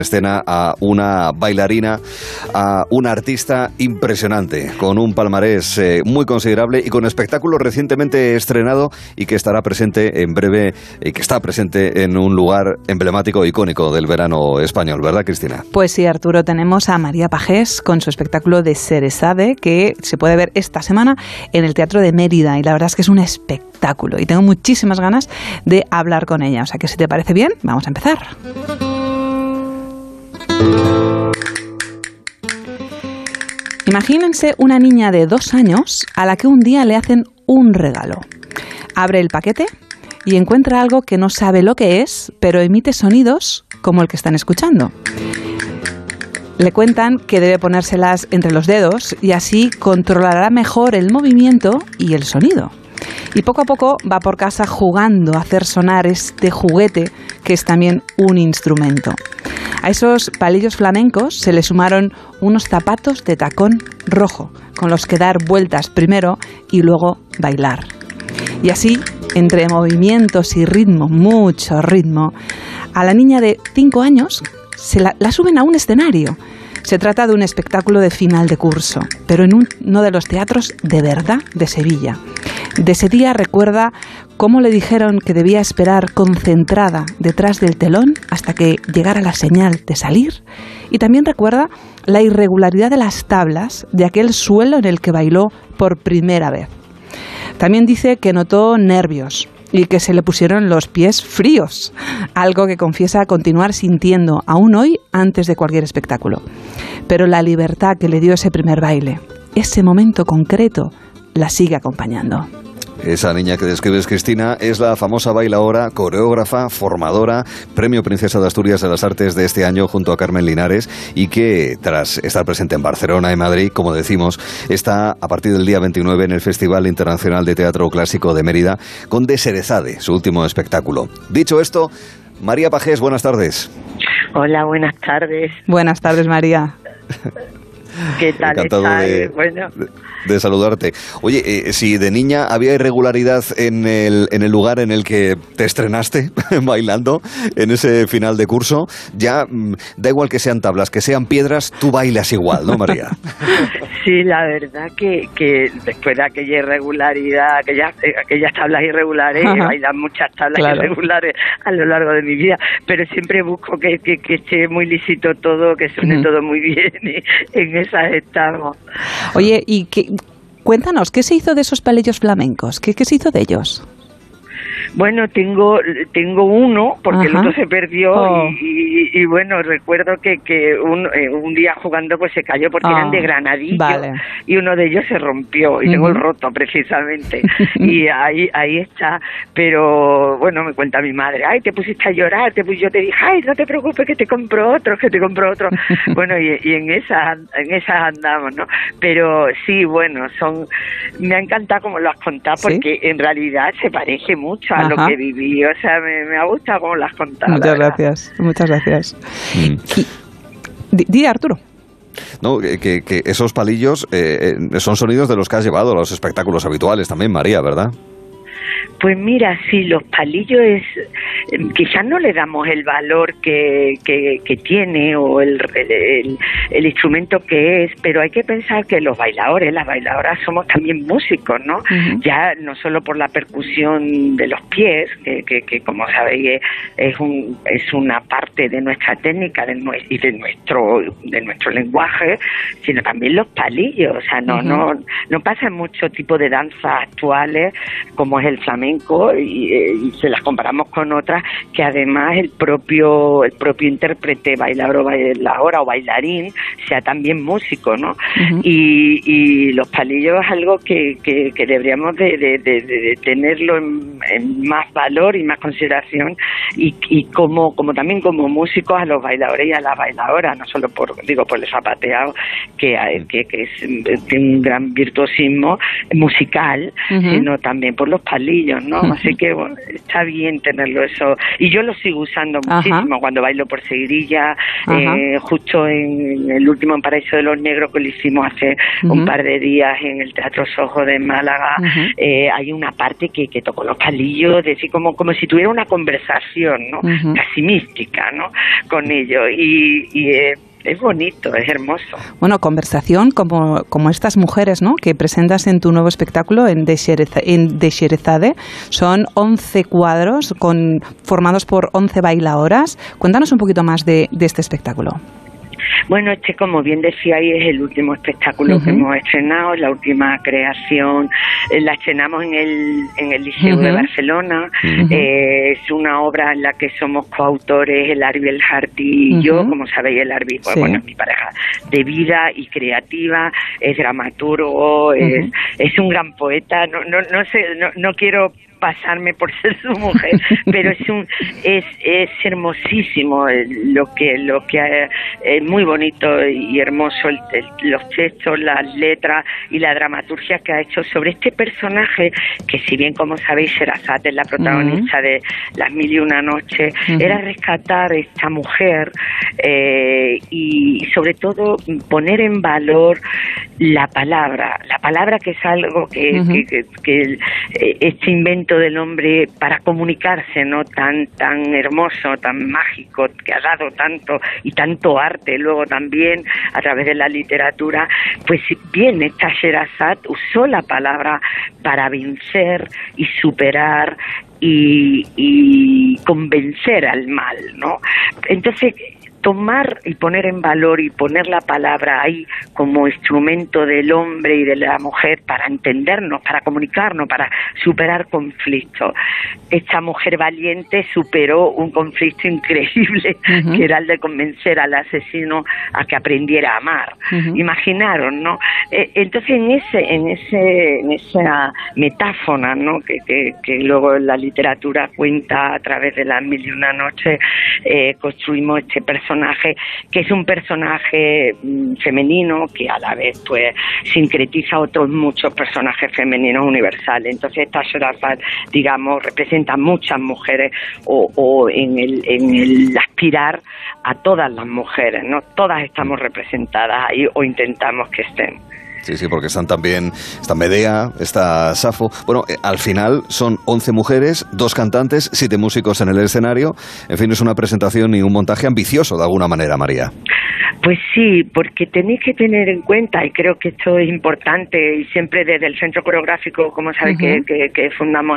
escena a una bailarina, a una artista impresionante, con un palmarés muy considerable y con espectáculo recientemente estrenado y que estará presente en breve, y que está presente en un lugar emblemático, icónico del verano español, ¿verdad, Cristina? Pues sí, Arturo, tenemos a María Pagés con su espectáculo de Sherezade, que se puede ver esta semana en el Teatro de Mérida, y la verdad es que es un espectáculo y tengo muchísimas ganas de hablar con ella, o sea que si te parece bien, vamos a empezar. Imagínense una niña de 2 años a la que un día le hacen un regalo. Abre el paquete y encuentra algo que no sabe lo que es, pero emite sonidos como el que están escuchando. Le cuentan que debe ponérselas entre los dedos y así controlará mejor el movimiento y el sonido. Y poco a poco va por casa jugando a hacer sonar este juguete que es también un instrumento. A esos palillos flamencos se le sumaron unos zapatos de tacón rojo, con los que dar vueltas primero y luego bailar. Y así, entre movimientos y ritmo, mucho ritmo, a la niña de 5 años la suben a un escenario. Se trata de un espectáculo de final de curso, pero en uno de los teatros de verdad de Sevilla. De ese día recuerda cómo le dijeron que debía esperar concentrada detrás del telón hasta que llegara la señal de salir, y también recuerda la irregularidad de las tablas de aquel suelo en el que bailó por primera vez. También dice que notó nervios y que se le pusieron los pies fríos, algo que confiesa continuar sintiendo aún hoy antes de cualquier espectáculo. Pero la libertad que le dio ese primer baile, ese momento concreto, la sigue acompañando. Esa niña que describes, Cristina, es la famosa bailaora, coreógrafa, formadora, Premio Princesa de Asturias de las Artes de este año junto a Carmen Linares, y que tras estar presente en Barcelona y Madrid, como decimos, está a partir del día 29 en el Festival Internacional de Teatro Clásico de Mérida con De Sherezade, su último espectáculo. Dicho esto, María Pagés, buenas tardes. Hola, buenas tardes. Buenas tardes, María. ¿Qué tal Encantado estás? de saludarte. Oye, si de niña había irregularidad en el lugar en el que te estrenaste bailando, en ese final de curso, ya da igual que sean tablas, que sean piedras, tú bailas igual, ¿no, María? Sí, la verdad que después de aquella irregularidad, aquellas tablas irregulares, he bailado muchas tablas irregulares a lo largo de mi vida, pero siempre busco que esté muy lícito todo, que suene todo muy bien, y en esas estamos. Oye, y cuéntanos, ¿qué se hizo de esos palillos flamencos? ¿Qué se hizo de ellos? Bueno, tengo uno, porque el otro se perdió, y bueno, recuerdo que un día jugando pues se cayó porque eran de granadillo, vale. Y uno de ellos se rompió, y tengo el roto precisamente, y ahí está, pero bueno, me cuenta mi madre, ay, te pusiste a llorar, yo te dije, ay, no te preocupes que te compro otro, bueno, y en esas andamos, ¿no? Pero sí, bueno, me ha encantado como lo has contado, porque en realidad se parece mucho a lo que viví, o sea, me ha gustado cómo lo has contado. Muchas gracias. Di, Arturo. No, que esos palillos son sonidos de los que has llevado a los espectáculos habituales también, María, ¿verdad? Pues mira, sí, los palillos quizás no le damos el valor que tiene o el instrumento que es, pero hay que pensar que las bailadoras somos también músicos, ¿no? Uh-huh. Ya no solo por la percusión de los pies, que como sabéis es una parte de nuestra técnica y de nuestro lenguaje, sino también los palillos, o sea, no pasa en muchos tipos de danzas actuales como es el flamenco, y se las comparamos con otras que además el propio intérprete, bailador o bailadora o bailarín sea también músico, ¿no? Uh-huh. Y los palillos es algo que deberíamos de tenerlo en más valor y más consideración, y como también como músicos a los bailadores y a las bailadoras, no solo por el zapateado, que tiene un gran virtuosismo musical, uh-huh, sino también por los palillos, ¿no? Así que bueno, está bien tenerlo eso eso, y yo lo sigo usando muchísimo cuando bailo por Seguirilla, justo en el último En Paraíso de los Negros que lo hicimos hace un par de días en el Teatro Soho de Málaga. Hay una parte que toco los palillos, decir, como si tuviera una conversación, ¿no? Casi mística, ¿no? Con ellos, y es bonito, es hermoso. Bueno, conversación como estas mujeres, ¿no?, que presentas en tu nuevo espectáculo en De Sherezade. Son 11 cuadros formados por 11 bailadoras. Cuéntanos un poquito más de este espectáculo. Bueno, como bien decíais, es el último espectáculo que hemos estrenado, la última creación. La estrenamos en el Liceo de Barcelona. Es una obra en la que somos coautores, el Arbi, el Hardy y yo. Como sabéis, el Arbi, pues, bueno, es mi pareja de vida y creativa, es dramaturgo, es un gran poeta. No sé, no quiero pasarme por ser su mujer, pero es hermosísimo lo que es muy bonito y hermoso los textos, las letras y la dramaturgia que ha hecho sobre este personaje que, si bien, como sabéis, Sherazade es la protagonista de Las Mil y Una Noches, era rescatar esta mujer y sobre todo poner en valor la palabra que es algo que este invento del hombre para comunicarse, ¿no?, tan hermoso, tan mágico, que ha dado tanto arte luego también a través de la literatura. Pues bien, esta Sherazade usó la palabra para vencer y superar y convencer al mal, ¿no? Entonces, tomar y poner en valor y poner la palabra ahí como instrumento del hombre y de la mujer para entendernos, para comunicarnos, para superar conflictos. Esta mujer valiente superó un conflicto increíble, que era el de convencer al asesino a que aprendiera a amar. Imaginaron, ¿no? Entonces, en esa metáfora, ¿no?, que luego la literatura cuenta a través de Las Mil y Una Noches, construimos este personaje, que es un personaje femenino que a la vez pues sincretiza otros muchos personajes femeninos universales. Entonces esta Sherazade, digamos, representa a muchas mujeres o en el aspirar a todas las mujeres, ¿no? Todas estamos representadas ahí o intentamos que estén. Sí, porque está Medea, está Safo. Bueno, al final son 11 mujeres, 2 cantantes, 7 músicos en el escenario. En fin, es una presentación y un montaje ambicioso de alguna manera, María. Pues sí, porque tenéis que tener en cuenta, y creo que esto es importante, y siempre desde el Centro Coreográfico, como sabéis, que fundamos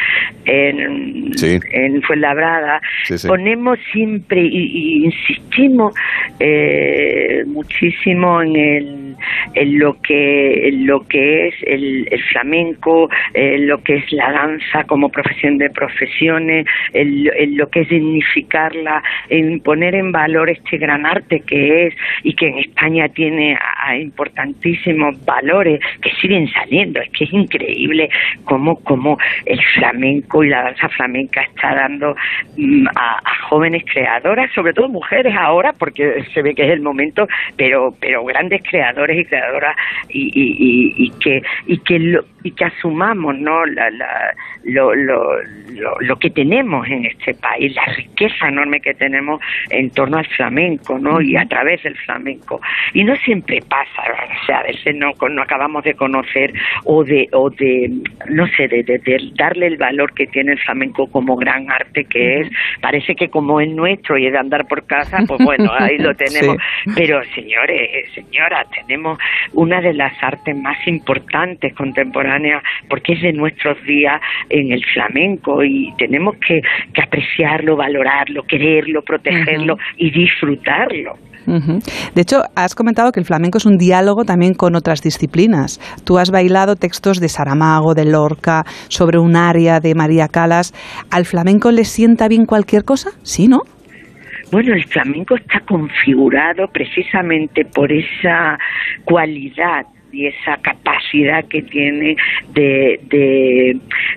en Fuenlabrada, ponemos siempre y insistimos muchísimo en lo que es el flamenco, lo que es la danza como profesión de profesiones, lo que es dignificarla, en poner en valor este gran arte que es, y que en España tiene a importantísimos valores que siguen saliendo. Es que es increíble cómo el flamenco y la danza flamenca está dando a jóvenes creadoras, sobre todo mujeres ahora, porque se ve que es el momento, pero grandes creadores y creadoras, y que asumamos, ¿no?, lo que tenemos en este país, la riqueza enorme que tenemos en torno al flamenco, ¿no?, y a través del flamenco. Y no siempre pasa, o sea, a veces no acabamos de conocer o de no sé, de darle el valor que tiene el flamenco como gran arte que es. Parece que como es nuestro y es de andar por casa, pues bueno, ahí lo tenemos. Sí. Pero señores, señoras, tenemos una de las artes más importantes contemporáneas, porque es de nuestros días en el flamenco, y tenemos que apreciarlo, valorarlo, quererlo, protegerlo y disfrutarlo. De hecho, has comentado que el flamenco es un diálogo también con otras disciplinas. Tú has bailado textos de Saramago, de Lorca, sobre un aria de María Callas. ¿Al flamenco le sienta bien cualquier cosa? Sí, ¿no? Bueno, el flamenco está configurado precisamente por esa cualidad y esa capacidad que tiene de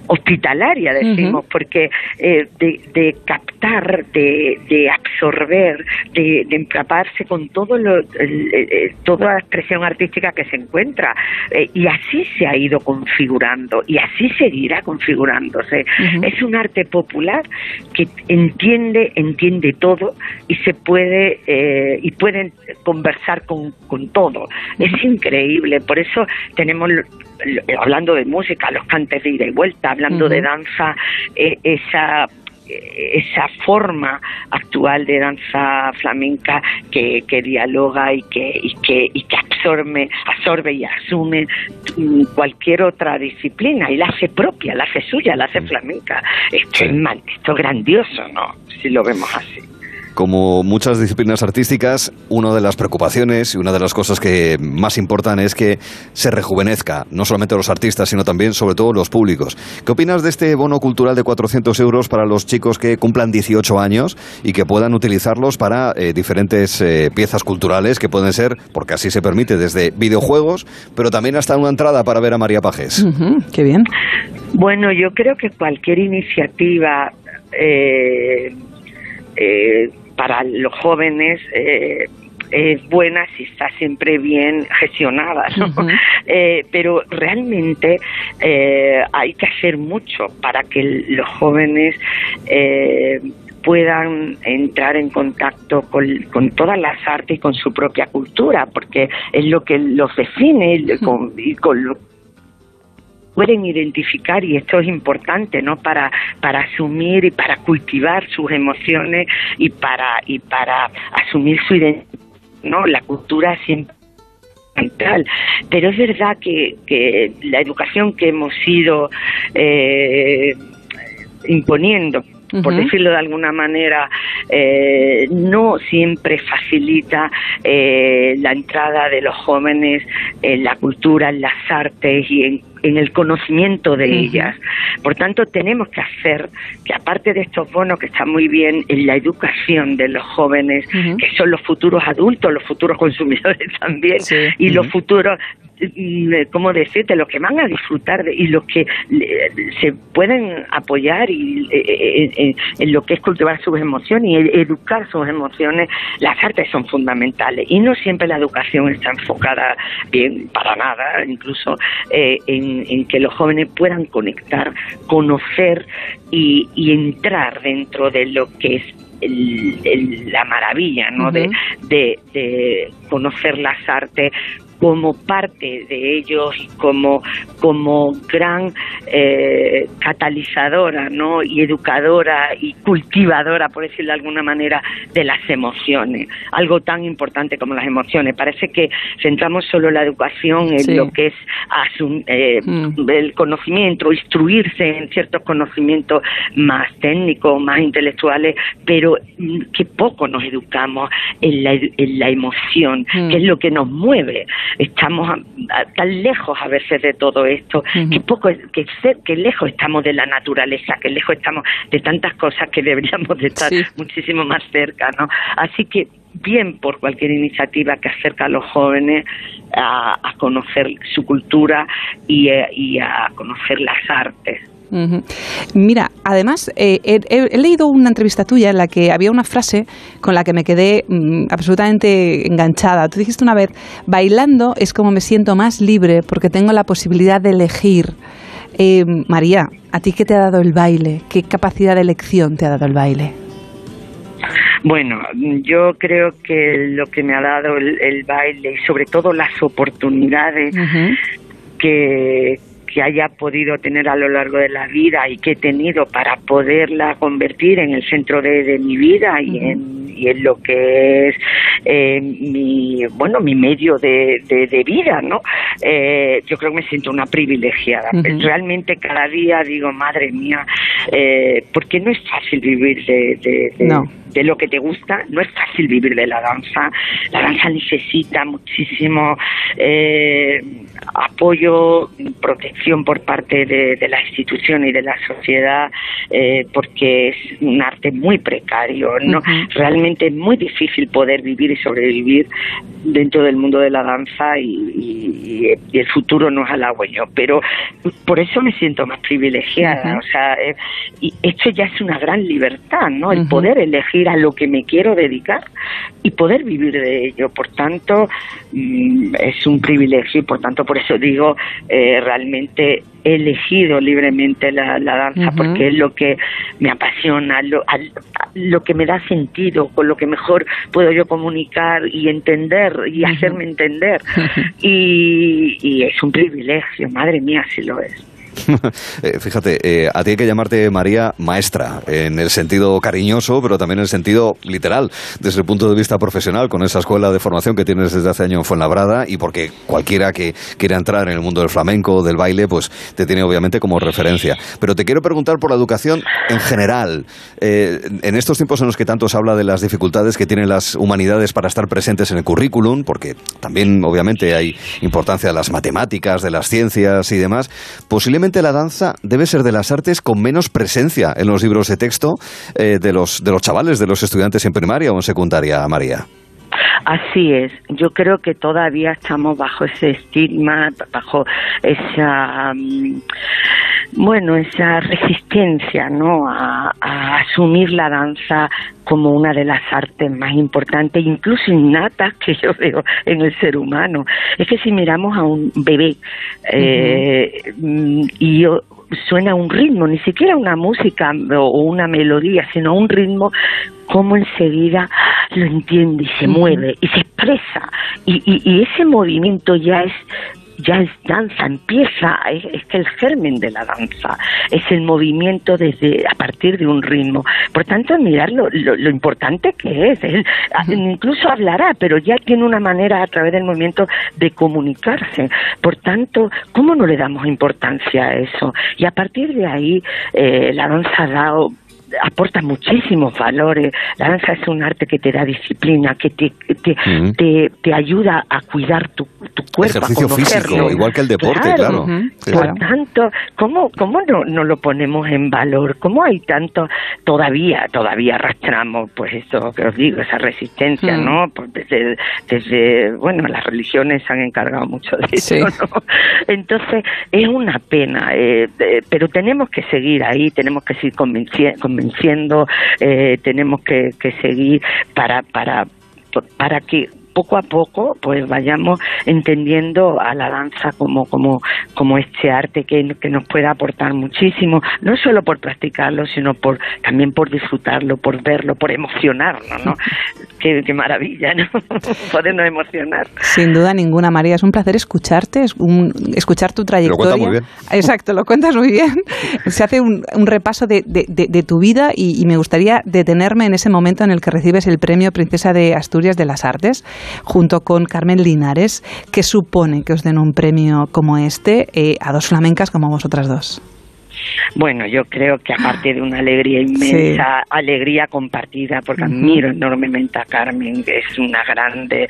hospitalaria, decimos, porque de captar, de absorber, de empaparse con toda la expresión artística que se encuentra, y así se ha ido configurando y así seguirá configurándose. Es un arte popular que entiende todo y se puede y pueden conversar con todo. Es increíble, por eso tenemos, hablando de música, los cantes de ida y vuelta, hablando de danza, esa forma actual de danza flamenca que dialoga y que absorbe y asume cualquier otra disciplina y la hace propia, la hace suya, la hace flamenca. Esto es grandioso, ¿no? Si lo vemos así. Como muchas disciplinas artísticas, una de las preocupaciones y una de las cosas que más importan es que se rejuvenezca, no solamente los artistas, sino también, sobre todo, los públicos. ¿Qué opinas de este bono cultural de 400 euros para los chicos que cumplan 18 años y que puedan utilizarlos para diferentes piezas culturales que pueden ser, porque así se permite, desde videojuegos, pero también hasta una entrada para ver a María Pajés? ¡Qué bien! Bueno, yo creo que cualquier iniciativa para los jóvenes es buena si está siempre bien gestionada, ¿no? Pero realmente hay que hacer mucho para que los jóvenes puedan entrar en contacto con todas las artes y con su propia cultura, porque es lo que los define y con lo pueden identificar, y esto es importante, ¿no? Para asumir y para cultivar sus emociones y para asumir su identidad, ¿no? La cultura siempre central. Pero es verdad que la educación que hemos ido imponiendo, por decirlo de alguna manera, no siempre facilita la entrada de los jóvenes en la cultura, en las artes y en el conocimiento de ellas. Por tanto, tenemos que hacer que, aparte de estos bonos que están muy bien, en la educación de los jóvenes, que son los futuros adultos, los futuros consumidores también, y los futuros, ¿cómo decirte?, los que van a disfrutar y los que se pueden apoyar y en lo que es cultivar sus emociones y educar sus emociones. Las artes son fundamentales y no siempre la educación está enfocada bien, para nada, incluso en que los jóvenes puedan conectar, conocer y entrar dentro de lo que es la maravilla, ¿no? De conocer las artes como parte de ellos y como gran catalizadora, ¿no? Y educadora y cultivadora, por decirlo de alguna manera, de las emociones. Algo tan importante como las emociones. Parece que centramos solo la educación en lo que es el conocimiento, instruirse en ciertos conocimientos más técnicos, más intelectuales, pero que poco nos educamos en la emoción, que es lo que nos mueve. Estamos tan lejos a veces de todo esto, que lejos estamos de la naturaleza, que lejos estamos de tantas cosas que deberíamos de estar muchísimo más cerca, ¿no? Así que bien por cualquier iniciativa que acerca a los jóvenes a conocer su cultura y a conocer las artes. Mira, además he leído una entrevista tuya en la que había una frase con la que me quedé absolutamente enganchada. Tú dijiste una vez: bailando es como me siento más libre porque tengo la posibilidad de elegir. María, ¿a ti qué te ha dado el baile? ¿Qué capacidad de elección te ha dado el baile? Bueno, yo creo que lo que me ha dado el baile, y sobre todo las oportunidades que haya podido tener a lo largo de la vida y que he tenido para poderla convertir en el centro de mi vida y en lo que es mi medio de vida, ¿no? Yo creo que me siento una privilegiada. Realmente cada día digo, madre mía, porque no es fácil vivir de lo que te gusta, no es fácil vivir de la danza. La danza necesita muchísimo apoyo, protección por parte de las instituciones y de la sociedad, porque es un arte muy precario, ¿no? Realmente es muy difícil poder vivir sobrevivir y sobrevivir dentro del mundo de la danza y el futuro nos halagüeño, pero por eso me siento más privilegiada. O sea, y esto ya es una gran libertad, ¿no? El poder elegir a lo que me quiero dedicar y poder vivir de ello. Por tanto, es un privilegio y por tanto por eso digo, realmente he elegido libremente la danza porque es lo que me apasiona, lo que me da sentido, con lo que mejor puedo yo comunicar y entender y hacerme entender. Y es un privilegio, madre mía, si lo es. Fíjate, a ti hay que llamarte María Maestra, en el sentido cariñoso, pero también en el sentido literal, desde el punto de vista profesional, con esa escuela de formación que tienes desde hace años en Fuenlabrada, y porque cualquiera que quiera entrar en el mundo del flamenco, del baile, pues te tiene obviamente como referencia. Pero te quiero preguntar por la educación en general. En estos tiempos en los que tanto se habla de las dificultades que tienen las humanidades para estar presentes en el currículum, porque también obviamente hay importancia de las matemáticas, de las ciencias y demás, posiblemente la danza debe ser de las artes con menos presencia en los libros de texto de los chavales, de los estudiantes en primaria o en secundaria, María. Así es, yo creo que todavía estamos bajo ese estigma, bajo esa esa resistencia, ¿no?, a asumir la danza como una de las artes más importantes, incluso innatas, que yo veo en el ser humano. Es que si miramos a un bebé y suena un ritmo, ni siquiera una música o una melodía, sino un ritmo, cómo enseguida lo entiende y se mueve y se expresa, y ese movimiento ya es danza, es que el germen de la danza es el movimiento a partir de un ritmo. Por tanto, mirar lo importante que es. Él incluso hablará, pero ya tiene una manera a través del movimiento de comunicarse. Por tanto, ¿cómo no le damos importancia a eso? Y a partir de ahí, la danza aporta muchísimos valores. La danza es un arte que te da disciplina, que te ayuda a cuidar tu cuerpo, ejercicio a conocerlo. Físico, igual que el deporte, claro. Por tanto, ¿cómo no lo ponemos en valor? ¿Cómo hay tanto? Todavía arrastramos, pues eso que os digo, esa resistencia, ¿no? Pues desde las religiones se han encargado mucho de eso, ¿no? Entonces, es una pena, pero tenemos que seguir ahí, tenemos que seguir convenciendo, tenemos que seguir para que poco a poco pues vayamos entendiendo a la danza como este arte que nos puede aportar muchísimo, no solo por practicarlo, sino también por disfrutarlo, por verlo, por emocionarnos, ¿no? Qué maravilla, ¿no? Podernos emocionar. Sin duda ninguna, María, es un placer escucharte, escuchar tu trayectoria. Lo cuentas muy bien. Exacto, lo cuentas muy bien. Se hace un repaso de tu vida y me gustaría detenerme en ese momento en el que recibes el premio Princesa de Asturias de las Artes, junto con Carmen Linares. ¿Qué supone que os den un premio como este a dos flamencas como vosotras dos? Bueno, yo creo que aparte de una alegría inmensa, alegría compartida, porque admiro enormemente a Carmen, que es una grande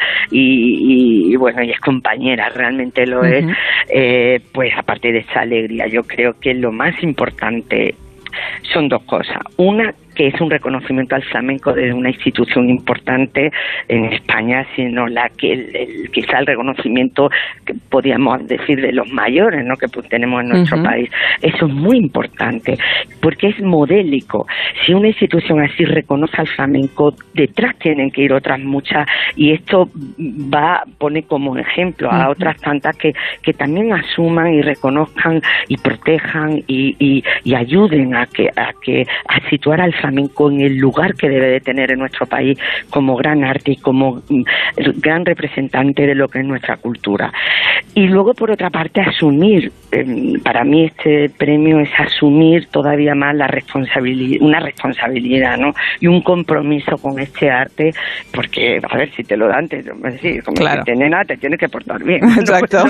y es compañera, realmente lo es, pues aparte de esa alegría, yo creo que lo más importante son dos cosas. Una, que es un reconocimiento al flamenco de una institución importante en España, sino quizá el reconocimiento que podríamos decir de los mayores, ¿no?, que tenemos en nuestro país. Eso es muy importante, porque es modélico. Si una institución así reconoce al flamenco, detrás tienen que ir otras muchas, y esto pone como ejemplo a otras tantas que también asuman y reconozcan y protejan y ayuden a situar al flamenco en el lugar que debe de tener en nuestro país como gran arte y como gran representante de lo que es nuestra cultura. Y luego, por otra parte, asumir, para mí este premio es asumir todavía más una responsabilidad, ¿no?, y un compromiso con este arte, porque, a ver, si te lo dan, claro, si te nada, te tienes que portar bien. Exacto.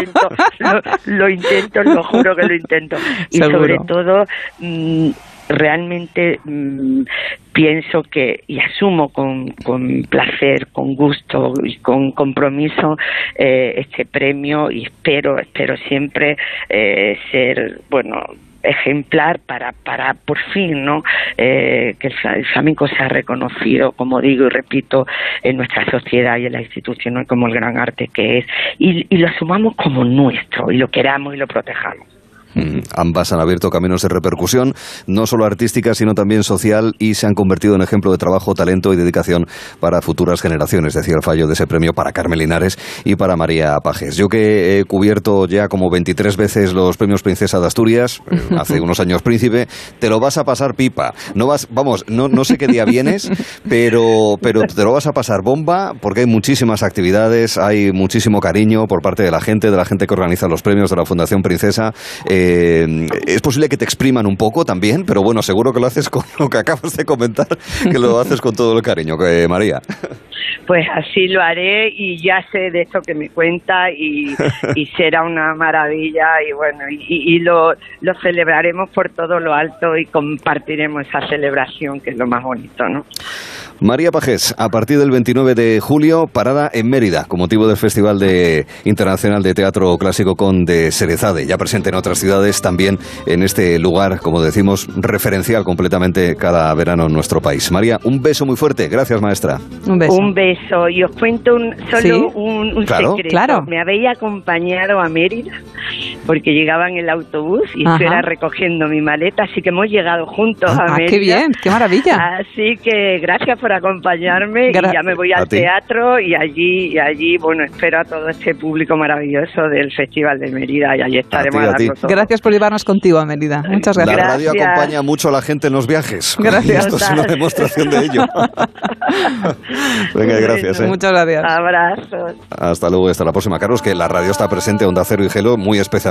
Lo intento, lo juro que lo intento. Y seguro, sobre todo, realmente pienso y asumo con placer, con gusto y con compromiso este premio, y espero siempre ser, ejemplar para por fin, ¿no? Que el flamenco sea reconocido, como digo y repito, en nuestra sociedad y en la institución como el gran arte que es, y lo asumamos como nuestro y lo queramos y lo protejamos. Ambas han abierto caminos de repercusión, no solo artística, sino también social, y se han convertido en ejemplo de trabajo, talento y dedicación para futuras generaciones, decía el fallo de ese premio para Carmen Linares y para María Pagés. Yo que he cubierto ya como 23 veces los premios Princesa de Asturias, hace unos años Príncipe, te lo vas a pasar pipa. No sé qué día vienes, pero te lo vas a pasar bomba, porque hay muchísimas actividades, hay muchísimo cariño por parte de la gente que organiza los premios de la Fundación Princesa. Es posible que te expriman un poco también, pero bueno, seguro que lo haces con lo que acabas de comentar, que lo haces con todo el cariño, María. Pues así lo haré, y ya sé de esto que me cuenta, y será una maravilla, y bueno, y lo celebraremos por todo lo alto y compartiremos esa celebración, que es lo más bonito, ¿no? María Pagés, a partir del 29 de julio, parada en Mérida, con motivo del Festival Internacional de Teatro Clásico Conde Serezade, ya presente en otras ciudades, también en este lugar, como decimos, referencial completamente cada verano en nuestro país. María, un beso muy fuerte. Gracias, maestra. Un beso. Un beso. Y os cuento un secreto. Claro. Me habéis acompañado a Mérida, porque llegaba en el autobús y estoy recogiendo mi maleta, así que hemos llegado juntos a Mérida. ¡Qué bien! ¡Qué maravilla! Así que gracias por acompañarme, y ya me voy al teatro, y allí, bueno, espero a todo este público maravilloso del Festival de Mérida, y allí estaremos a darlo todo. Gracias por llevarnos contigo a Mérida. Muchas gracias. La radio acompaña mucho a la gente en los viajes. Gracias. Esto es una demostración de ello. Venga, gracias. Muchas gracias. Abrazos. Hasta luego y hasta la próxima. Carlos, que la radio está presente, Onda Cero y Gelo, muy especial.